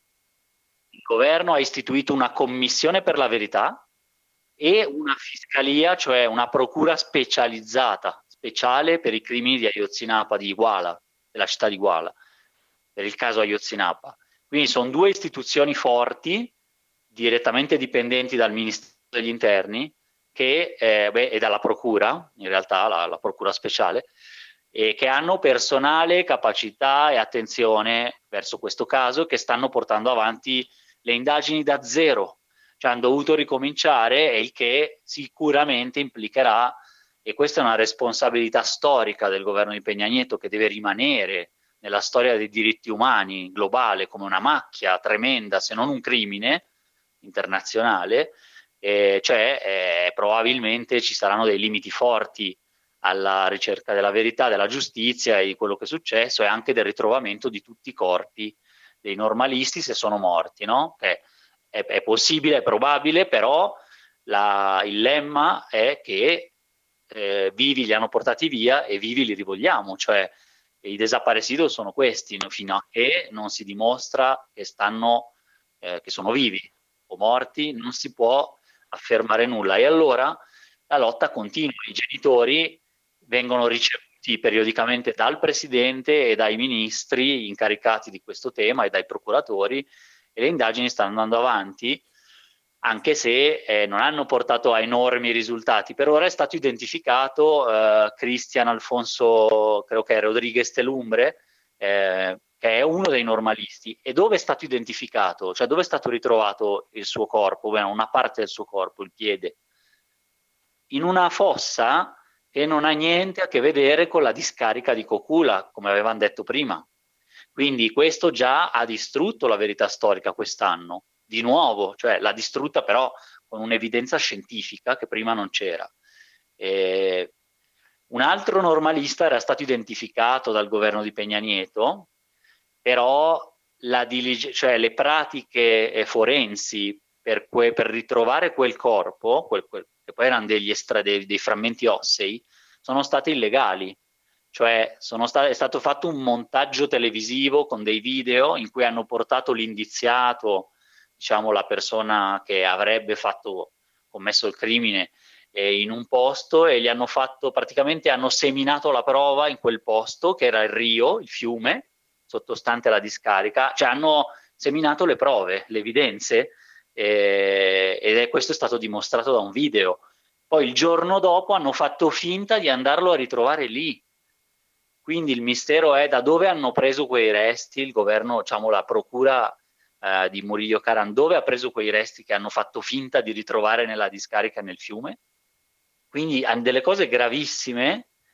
Speaker 4: il governo ha istituito una commissione per la verità e una fiscalia, cioè una procura specializzata, speciale per i crimini di Ayotzinapa, di Iguala, della città di Iguala, per il caso Ayotzinapa. Quindi sono due istituzioni forti, direttamente dipendenti dal Ministero degli Interni, che, eh, beh, e dalla procura, in realtà la, la procura speciale, e che hanno personale, capacità e attenzione verso questo caso, che stanno portando avanti le indagini da zero. Cioè hanno dovuto ricominciare, e il che sicuramente implicherà, e questa è una responsabilità storica del governo di Peña Nieto che deve rimanere nella storia dei diritti umani globale come una macchia tremenda, se non un crimine internazionale, eh, cioè eh, probabilmente ci saranno dei limiti forti alla ricerca della verità, della giustizia e di quello che è successo, e anche del ritrovamento di tutti i corpi dei normalisti se sono morti, no? Che È, è possibile, è probabile, però la, il lemma è che eh, vivi li hanno portati via e vivi li rivogliamo, cioè i desaparecidos sono questi, no? Fino a che non si dimostra che, stanno, eh, che sono vivi o morti, non si può affermare nulla. E allora la lotta continua, i genitori vengono ricevuti periodicamente dal presidente e dai ministri incaricati di questo tema e dai procuratori, e le indagini stanno andando avanti, anche se eh, non hanno portato a enormi risultati. Per ora è stato identificato eh, Cristian Alfonso, credo che è Rodriguez Telumbre, eh, che è uno dei normalisti. E dove è stato identificato? Cioè dove è stato ritrovato il suo corpo? Beh, una parte del suo corpo, il piede. In una fossa che non ha niente a che vedere con la discarica di Cocula, come avevano detto prima. Quindi questo già ha distrutto la verità storica quest'anno, di nuovo, cioè l'ha distrutta però con un'evidenza scientifica che prima non c'era. E un altro normalista era stato identificato dal governo di Peña Nieto, però la dilig- cioè le pratiche forensi per, que- per ritrovare quel corpo, quel, quel, che poi erano degli estra- dei, dei frammenti ossei, sono state illegali. Cioè sono sta- è stato fatto un montaggio televisivo con dei video in cui hanno portato l'indiziato, diciamo la persona che avrebbe fatto, commesso il crimine, eh, in un posto, e gli hanno fatto, praticamente hanno seminato la prova in quel posto, che era il Rio, il fiume, sottostante alla discarica, cioè hanno seminato le prove, le evidenze, eh, ed è questo è stato dimostrato da un video. Poi il giorno dopo hanno fatto finta di andarlo a ritrovare lì. Quindi il mistero è da dove hanno preso quei resti, il governo, diciamo la procura eh, di Murillo Karam, dove ha preso quei resti che hanno fatto finta di ritrovare nella discarica nel fiume. Quindi hanno delle cose gravissime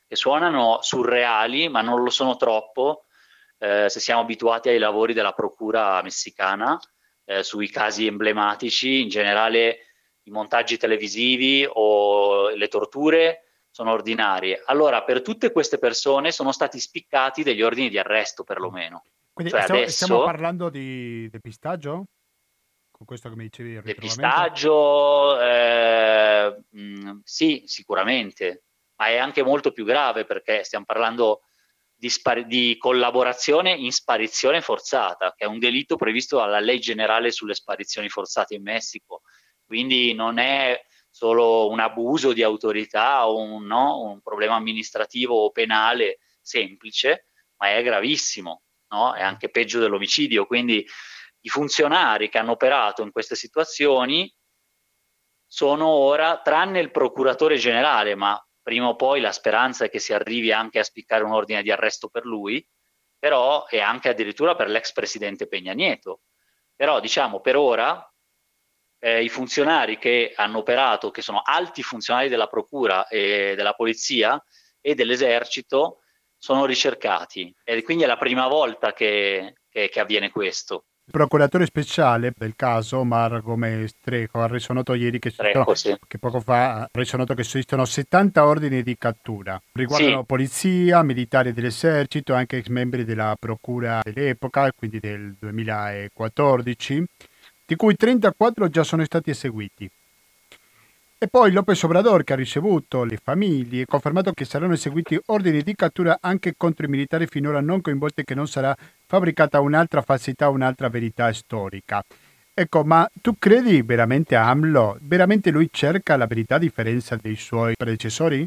Speaker 4: che suonano surreali, ma non lo sono troppo, eh, se siamo abituati ai lavori della procura messicana, eh, sui casi emblematici, in generale i montaggi televisivi o le torture sono ordinarie. Allora, per tutte queste persone sono stati spiccati degli ordini di arresto, perlomeno.
Speaker 1: Quindi
Speaker 4: Cioè
Speaker 1: stiamo, stiamo
Speaker 4: adesso
Speaker 1: parlando di depistaggio? Con questo che mi dicevi, il ritrovamento?
Speaker 4: depistaggio, eh, mh, sì, sicuramente, ma è anche molto più grave perché stiamo parlando di, spari- di collaborazione in sparizione forzata, che è un delitto previsto dalla legge generale sulle sparizioni forzate in Messico. Quindi non è solo un abuso di autorità o un, no, un problema amministrativo o penale semplice, ma è gravissimo, no? È anche peggio dell'omicidio. Quindi i funzionari che hanno operato in queste situazioni sono ora, tranne il procuratore generale, ma prima o poi la speranza è che si arrivi anche a spiccare un ordine di arresto per lui, però e anche addirittura per l'ex presidente Peña Nieto. Però diciamo per ora eh, i funzionari che hanno operato, che sono alti funzionari della procura e della polizia e dell'esercito, sono ricercati. E quindi è la prima volta che, che, che avviene questo.
Speaker 1: Il procuratore speciale del caso, Omar Gomez Trejo, ha reso noto ieri che, esistono,
Speaker 4: Ecco, sì.
Speaker 1: che poco fa ha reso noto che esistono settanta ordini di cattura. Riguardano
Speaker 4: Sì.
Speaker 1: polizia, militari dell'esercito, anche ex membri della procura dell'epoca, quindi del duemilaquattordici, di cui trentaquattro già sono stati eseguiti. E poi López Obrador, che ha ricevuto le famiglie, ha confermato che saranno eseguiti ordini di cattura anche contro i militari finora non coinvolti e che non sarà fabbricata un'altra falsità, un'altra verità storica. Ecco, ma tu credi veramente a AMLO? Veramente lui cerca la verità a differenza dei suoi predecessori?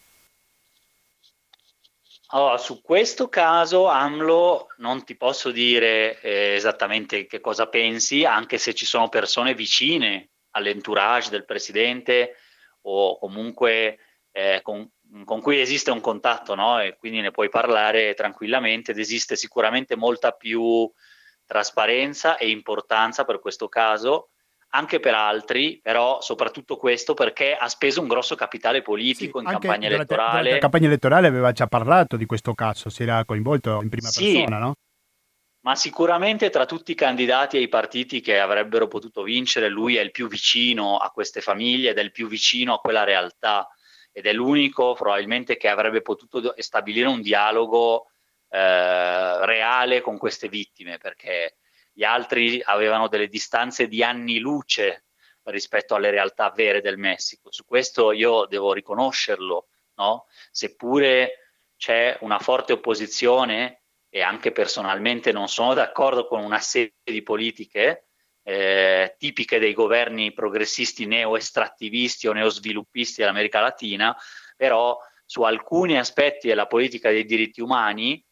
Speaker 4: Allora, su questo caso AMLO non ti posso dire eh, esattamente che cosa pensi, anche se ci sono persone vicine all'entourage del presidente o comunque eh, con, con cui esiste un contatto, no? E quindi ne puoi parlare tranquillamente ed esiste sicuramente molta più trasparenza e importanza per questo caso, anche per altri, però soprattutto questo perché ha speso un grosso capitale
Speaker 1: Sì,
Speaker 4: politico in
Speaker 1: anche
Speaker 4: campagna
Speaker 1: durante, durante la
Speaker 4: elettorale.
Speaker 1: campagna elettorale aveva già parlato di questo caso, si era coinvolto in prima
Speaker 4: Sì,
Speaker 1: persona, no?
Speaker 4: ma sicuramente tra tutti i candidati e i partiti che avrebbero potuto vincere, lui è il più vicino a queste famiglie ed è il più vicino a quella realtà ed è l'unico probabilmente che avrebbe potuto stabilire un dialogo eh, reale con queste vittime, perché gli altri avevano delle distanze di anni luce rispetto alle realtà vere del Messico. Su questo io devo riconoscerlo, no? Seppure c'è una forte opposizione e anche personalmente non sono d'accordo con una serie di politiche eh, tipiche dei governi progressisti neo-estrattivisti o neosviluppisti dell'America Latina, però su alcuni aspetti della politica dei diritti umani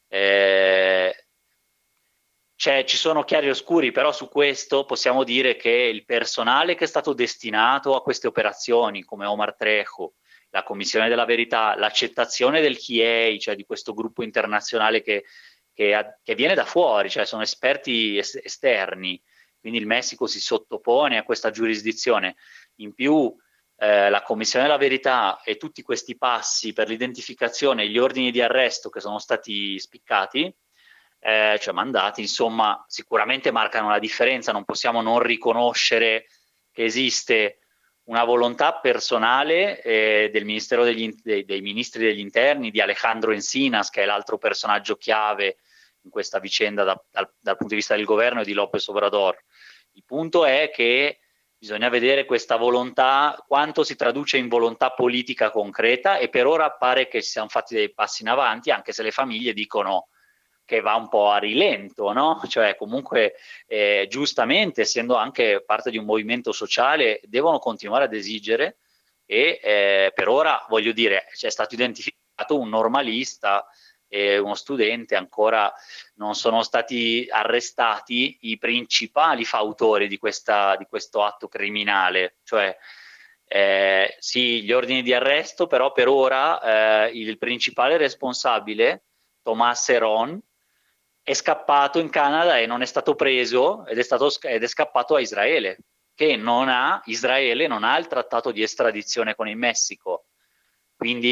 Speaker 4: eh, c'è, ci sono chiari oscuri, però su questo possiamo dire che il personale che è stato destinato a queste operazioni, come Omar Trejo, la Commissione della Verità, l'accettazione del C I A, cioè di questo gruppo internazionale che, che, che viene da fuori, cioè sono esperti es- esterni, quindi il Messico si sottopone a questa giurisdizione. In più eh, la Commissione della Verità e tutti questi passi per l'identificazione e gli ordini di arresto che sono stati spiccati, eh, cioè mandati, insomma, sicuramente marcano la differenza, non possiamo non riconoscere che esiste una volontà personale eh, del Ministero degli, dei, dei Ministri degli Interni, di Alejandro Encinas, che è l'altro personaggio chiave in questa vicenda da, dal, dal punto di vista del governo e di López Obrador. Il punto è che bisogna vedere questa volontà, quanto si traduce in volontà politica concreta e per ora pare che si siano fatti dei passi in avanti, anche se le famiglie dicono che va un po' a rilento, no? Cioè comunque eh, giustamente, essendo anche parte di un movimento sociale, devono continuare ad esigere e eh, per ora, voglio dire, c'è stato identificato un normalista e uno studente, ancora non sono stati arrestati i principali fautori di, questa, di questo atto criminale, cioè eh, sì, gli ordini di arresto, però per ora eh, il principale responsabile, Tomás Herón, è scappato in Canada e non è stato preso ed è, stato, ed è scappato a Israele, che non ha, Israele non ha il trattato di estradizione con il Messico. Quindi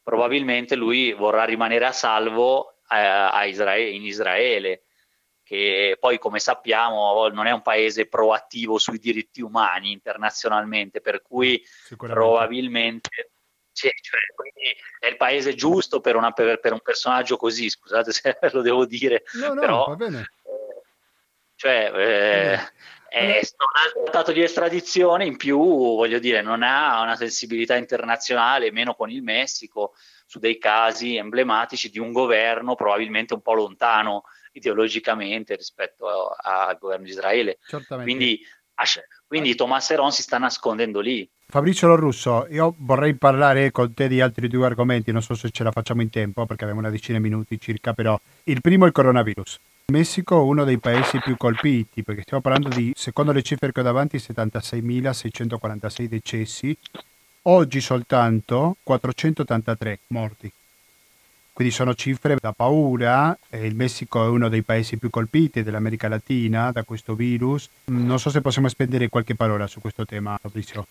Speaker 4: probabilmente lui vorrà rimanere a salvo eh, a Israele, in Israele, che poi, come sappiamo, non è un paese proattivo sui diritti umani internazionalmente, per cui probabilmente cioè, cioè, quindi è il paese giusto per, una, per, per un personaggio così, scusate se lo devo dire,
Speaker 1: No, no,
Speaker 4: però
Speaker 1: va bene.
Speaker 4: cioè eh,
Speaker 1: Allora,
Speaker 4: è un trattato di estradizione in più, voglio dire, non ha una sensibilità internazionale, meno con il Messico, su dei casi emblematici di un governo probabilmente un po' lontano ideologicamente rispetto a- al governo di Israele.
Speaker 1: certamente.
Speaker 4: Quindi, quindi Thomas Heron si sta nascondendo lì.
Speaker 1: Fabrizio Lorusso, io vorrei parlare con te di altri due argomenti, non so se ce la facciamo in tempo perché abbiamo una decina di minuti circa, però il primo è il coronavirus. Il Messico è uno dei paesi più colpiti perché stiamo parlando di, secondo le cifre che ho davanti, settantaseimilaseicentoquarantasei decessi, oggi soltanto quattrocentottantatré morti. Quindi sono cifre da paura, eh, il Messico è uno dei paesi più colpiti dell'America Latina da questo virus. Non so se possiamo spendere qualche parola su questo tema, Fabrizio.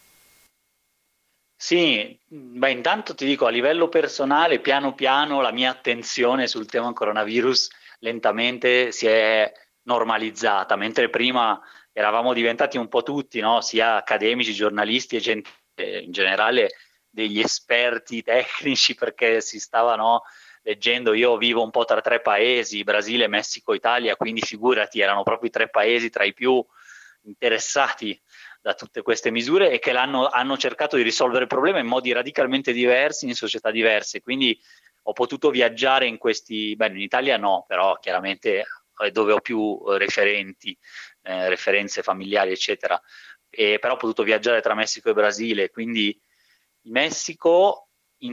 Speaker 4: Sì, beh, intanto ti dico, a livello personale, piano piano la mia attenzione sul tema coronavirus lentamente si è normalizzata, mentre prima eravamo diventati un po' tutti, no? Sia accademici, giornalisti e gente in generale, degli esperti tecnici, perché si stavano leggendo. Io vivo un po' tra tre paesi, Brasile, Messico, Italia, quindi figurati, erano proprio i tre paesi tra i più interessati da tutte queste misure e che l'hanno, hanno cercato di risolvere il problema in modi radicalmente diversi, in società diverse. Quindi ho potuto viaggiare in questi, beh, in Italia no, però chiaramente è dove ho più referenti, eh, referenze familiari, eccetera. E, però ho potuto viaggiare tra Messico e Brasile, quindi in Messico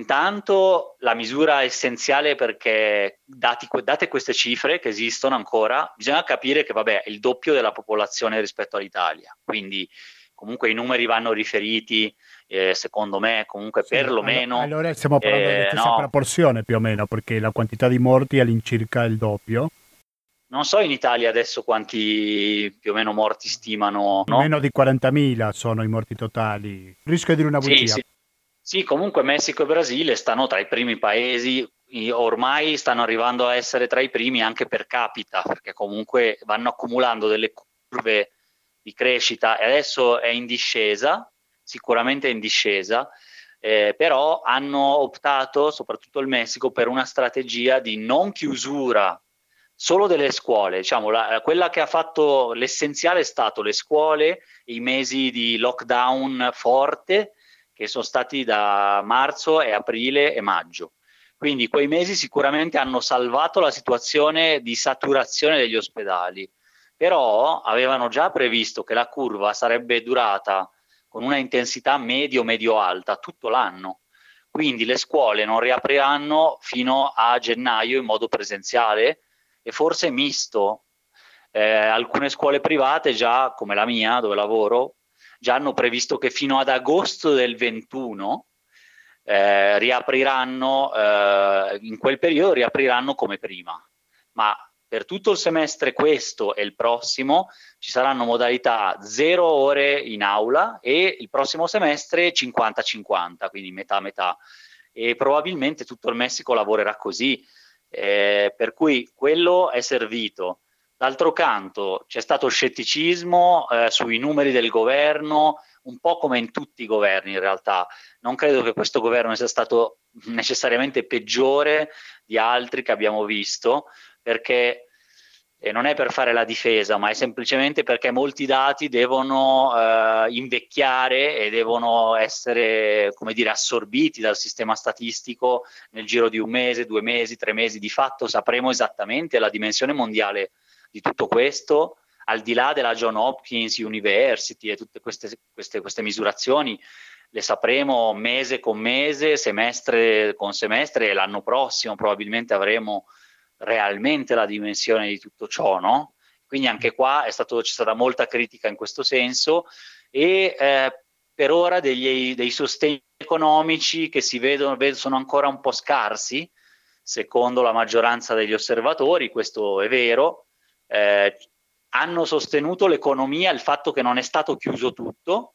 Speaker 4: intanto la misura essenziale, perché dati, date queste cifre che esistono ancora, bisogna capire che vabbè, è il doppio della popolazione rispetto all'Italia, quindi comunque i numeri vanno riferiti, eh, secondo me, comunque
Speaker 1: Sì,
Speaker 4: perlomeno.
Speaker 1: allora stiamo parlando
Speaker 4: eh,
Speaker 1: della stessa
Speaker 4: no,
Speaker 1: proporzione più o meno, perché la quantità di morti è all'incirca il doppio.
Speaker 4: non so in Italia adesso quanti più o meno morti stimano, no?
Speaker 1: Meno di quarantamila sono i morti totali. Rischio di dire una
Speaker 4: Sì,
Speaker 1: bugia.
Speaker 4: sì. Sì, comunque Messico e Brasile stanno tra i primi paesi, ormai stanno arrivando a essere tra i primi anche per capita, perché comunque vanno accumulando delle curve di crescita e adesso è in discesa, sicuramente è in discesa, eh, però hanno optato, soprattutto il Messico, per una strategia di non chiusura solo delle scuole. Diciamo, la, quella che ha fatto l'essenziale è stato le scuole, i mesi di lockdown forte, che sono stati da marzo e aprile e maggio. Quindi quei mesi sicuramente hanno salvato la situazione di saturazione degli ospedali, però avevano già previsto che la curva sarebbe durata con una intensità medio-medio-alta tutto l'anno. Quindi le scuole non riapriranno fino a gennaio in modo presenziale e forse misto. Eh, alcune scuole private già, come la mia, dove lavoro, già hanno previsto che fino ad agosto del ventuno eh, riapriranno, eh, in quel periodo riapriranno come prima, ma per tutto il semestre questo e il prossimo ci saranno modalità zero ore in aula e il prossimo semestre cinquanta cinquanta, quindi metà metà, e probabilmente tutto il Messico lavorerà così, eh, per cui quello è servito. D'altro canto c'è stato scetticismo eh, sui numeri del governo, un po' come in tutti i governi in realtà. Non credo che questo governo sia stato necessariamente peggiore di altri che abbiamo visto, perché e non è per fare la difesa, ma è semplicemente perché molti dati devono eh, invecchiare e devono essere, come dire, assorbiti dal sistema statistico nel giro di un mese, due mesi, tre mesi. Di fatto sapremo esattamente la dimensione mondiale di tutto questo, al di là della Johns Hopkins University e tutte queste, queste, queste misurazioni, le sapremo mese con mese, semestre con semestre, e l'anno prossimo probabilmente avremo realmente la dimensione di tutto ciò, no? Quindi anche qua è stato, c'è stata molta critica in questo senso e eh, per ora degli, dei sostegni economici che si vedono sono ancora un po' scarsi, secondo la maggioranza degli osservatori, questo è vero. Eh, hanno sostenuto l'economia, il fatto che non è stato chiuso tutto,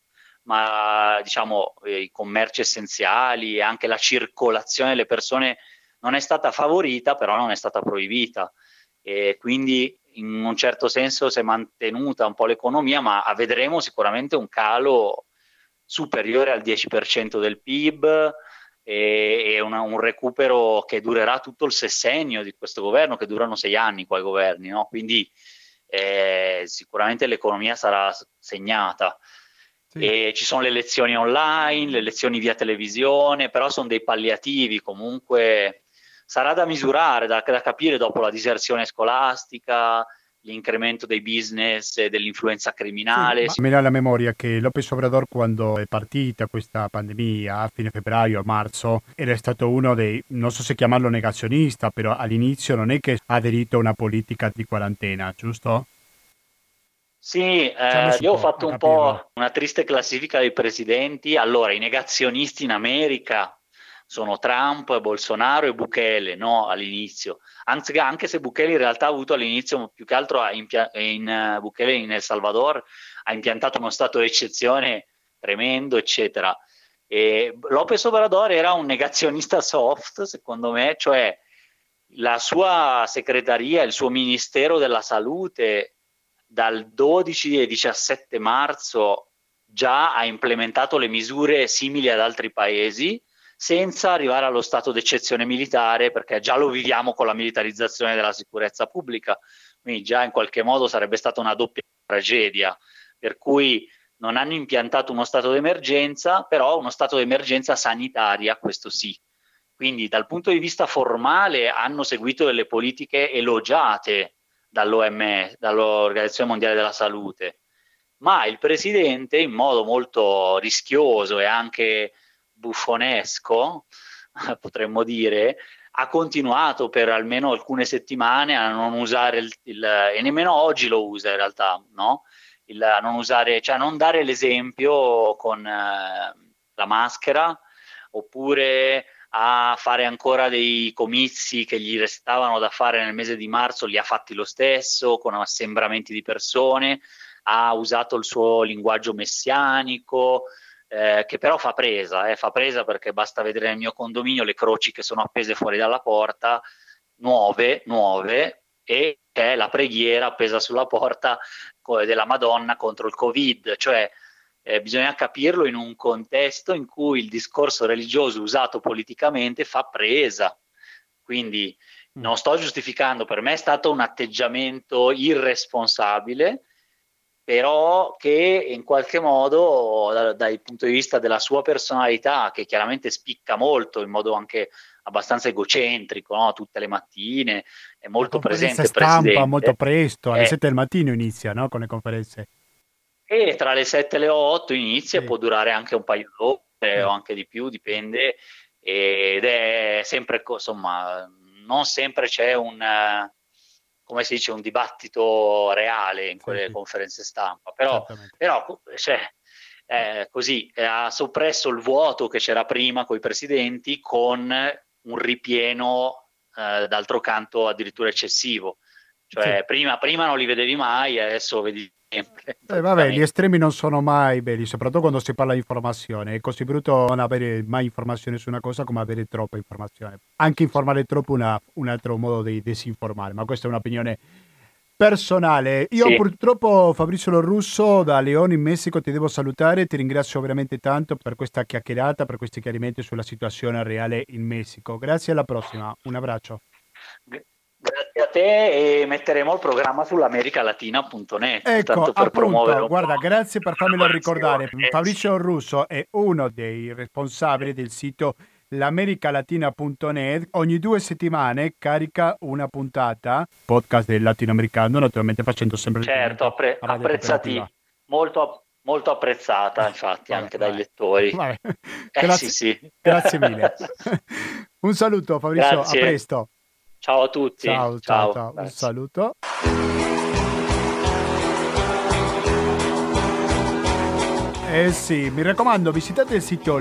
Speaker 4: ma diciamo eh, i commerci essenziali e anche la circolazione delle persone non è stata favorita, però non è stata proibita, e quindi in un certo senso si è mantenuta un po' l'economia, ma vedremo sicuramente un calo superiore al dieci per cento del P I B e, e una, un recupero che durerà tutto il sessennio di questo governo, che durano sei anni qua i governi, no? Quindi eh, sicuramente l'economia sarà segnata. Sì. E ci sono le lezioni online, le lezioni via televisione, però sono dei palliativi, comunque sarà da misurare, da, da capire dopo la diserzione scolastica, l'incremento dei business e dell'influenza criminale.
Speaker 1: Sì, mi dà la memoria che López Obrador, quando è partita questa pandemia a fine febbraio, a marzo, era stato uno dei, non so se chiamarlo negazionista, però all'inizio non è che ha aderito a una politica di quarantena, giusto?
Speaker 4: Sì, eh, io ho fatto un po' una triste classifica dei presidenti. Allora, i negazionisti in America sono Trump, Bolsonaro e Bukele, no, all'inizio. Anzi, anche se Bukele in realtà ha avuto all'inizio, più che altro in, in uh, Bukele in El Salvador, ha impiantato uno stato di eccezione tremendo, eccetera. E López Obrador era un negazionista soft, secondo me, cioè la sua segreteria, il suo Ministero della Salute, dal dodici e diciassette marzo già ha implementato le misure simili ad altri paesi, senza arrivare allo stato d'eccezione militare, perché già lo viviamo con la militarizzazione della sicurezza pubblica, quindi già in qualche modo sarebbe stata una doppia tragedia, per cui non hanno impiantato uno stato d'emergenza, però uno stato d'emergenza sanitaria, questo sì. Quindi dal punto di vista formale hanno seguito delle politiche elogiate dall'O M S, dall'Organizzazione Mondiale della Salute, ma il presidente, in modo molto rischioso e anche buffonesco, potremmo dire, ha continuato per almeno alcune settimane a non usare il, il e nemmeno oggi lo usa in realtà, no? Il, a non usare, cioè a non dare l'esempio con eh, la maschera, oppure a fare ancora dei comizi che gli restavano da fare nel mese di marzo, li ha fatti lo stesso, con assembramenti di persone, ha usato il suo linguaggio messianico, eh, che però fa presa, eh, fa presa perché basta vedere nel mio condominio le croci che sono appese fuori dalla porta, nuove, nuove, e c'è la preghiera appesa sulla porta della Madonna contro il Covid, cioè Eh, bisogna capirlo in un contesto in cui il discorso religioso usato politicamente fa presa. Quindi non sto giustificando, per me è stato un atteggiamento irresponsabile, però che in qualche modo da, dal punto di vista della sua personalità, che chiaramente spicca molto in modo anche abbastanza egocentrico, no? Tutte le mattine è molto presente,
Speaker 1: stampa
Speaker 4: presidente,
Speaker 1: molto presto, alle
Speaker 4: eh,
Speaker 1: sette del mattino inizia, no? Con le conferenze.
Speaker 4: E tra le sette e le otto inizia, sì. Può durare anche un paio d'ore, sì, o anche di più, dipende, ed è sempre, insomma, non sempre c'è un, come si dice, un dibattito reale in quelle sì, conferenze stampa, però, però cioè, eh, così eh, ha soppresso il vuoto che c'era prima con i presidenti, con un ripieno eh, d'altro canto addirittura eccessivo, cioè sì. prima, prima non li vedevi mai, adesso vedi sempre.
Speaker 1: Eh, vabbè, gli estremi non sono mai belli, soprattutto quando si parla di informazione. È così brutto non avere mai informazione su una cosa come avere troppa informazione. Anche informare troppo è una, un altro modo di disinformare, ma questa è un'opinione personale. Io sì. Purtroppo, Fabrizio Lo Russo da León in Messico, ti devo salutare. Ti ringrazio veramente tanto per questa chiacchierata, per questi chiarimenti sulla situazione reale in Messico. Grazie, alla prossima. Un abbraccio.
Speaker 4: Grazie a te, e metteremo il programma sull'americalatina punto net.
Speaker 1: Ecco,
Speaker 4: tanto per
Speaker 1: appunto,
Speaker 4: promuovere
Speaker 1: guarda, grazie per farmelo ricordare. Fabrizio Russo è uno dei responsabili del sito l'americalatina punto net. Ogni due settimane carica una puntata, podcast del latinoamericano, naturalmente facendo sempre...
Speaker 4: Certo, appre- apprezzati, molto, molto apprezzata, infatti, vabbè, anche vabbè, dai lettori.
Speaker 1: Vabbè.
Speaker 4: Eh,
Speaker 1: grazie,
Speaker 4: sì, sì.
Speaker 1: Grazie mille. Un saluto, Fabrizio,
Speaker 4: grazie.
Speaker 1: A presto.
Speaker 4: Ciao a tutti.
Speaker 1: Ciao, ciao, ciao. Un saluto. Eh sì, mi raccomando, visitate il sito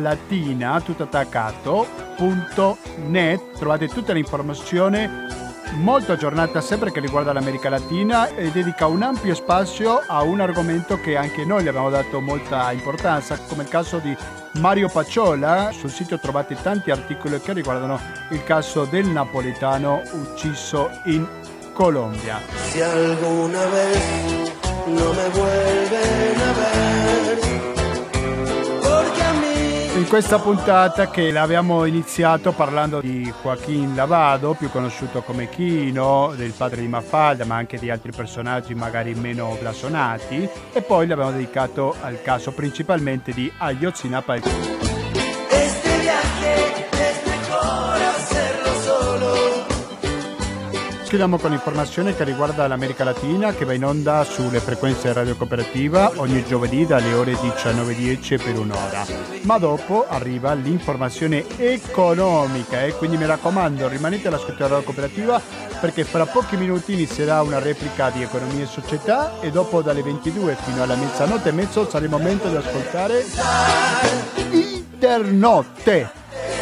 Speaker 1: l'americalatina, tutto attaccato, punto net, trovate tutta l'informazione molto aggiornata sempre che riguarda l'America Latina e dedica un ampio spazio a un argomento che anche noi gli abbiamo dato molta importanza, come il caso di Mario Pacciola. Sul sito trovate tanti articoli che riguardano il caso del napoletano ucciso in Colombia.
Speaker 3: Si alguna vez no me vuelven a ver, porque a mí.
Speaker 1: In questa puntata che l'abbiamo iniziato parlando di Joaquín Lavado, più conosciuto come Kino, del padre di Mafalda, ma anche di altri personaggi magari meno blasonati, e poi l'abbiamo dedicato al caso principalmente di Ayotzinapa.
Speaker 3: Este viaje es mejor hacerlo solo.
Speaker 1: Chiudiamo con l'informazione che riguarda l'America Latina, che va in onda sulle frequenze Radio Cooperativa ogni giovedì dalle ore diciannove e dieci per un'ora. Ma dopo arriva l'informazione economica e quindi mi raccomando, rimanete all'ascolto della Radio Cooperativa perché fra pochi minuti inizierà una replica di Economia e Società e dopo dalle ventidue fino alla mezzanotte e mezzo sarà il momento di ascoltare Internotte.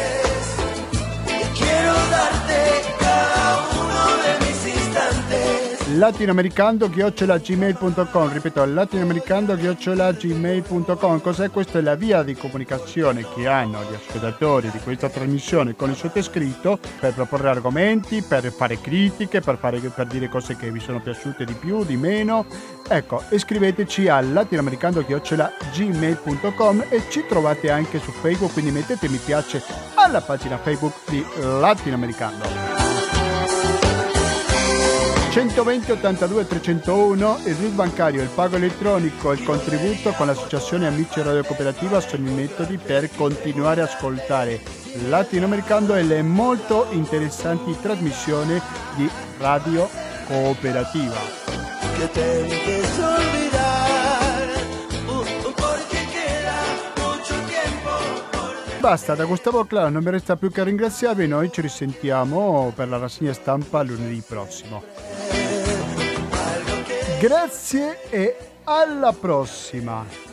Speaker 1: latinoamericano chiocciola gmail punto com, ripeto, latinoamericano chiocciola gmail punto com. Cos'è? Questa è la via di comunicazione che hanno gli ascoltatori di questa trasmissione con il sottoscritto per proporre argomenti, per fare critiche, per, fare, per dire cose che vi sono piaciute di più, di meno. Ecco, iscriveteci a latinoamericano chiocciola gmail punto com e ci trovate anche su Facebook, quindi mettete mi piace alla pagina Facebook di Latinoamericano. centoventi ottantadue trecentouno, il R I D bancario, il pago elettronico, il contributo con l'associazione Amici Radio Cooperativa sono i metodi per continuare a ascoltare Latinoamericano e le molto interessanti trasmissioni di Radio Cooperativa.
Speaker 3: Que te empiezo a olvidar, uh, uh, porque queda mucho tiempo.
Speaker 1: Basta, da Gustavo Claro non mi resta più che ringraziarvi, noi ci risentiamo per la rassegna stampa lunedì prossimo. Grazie e alla prossima!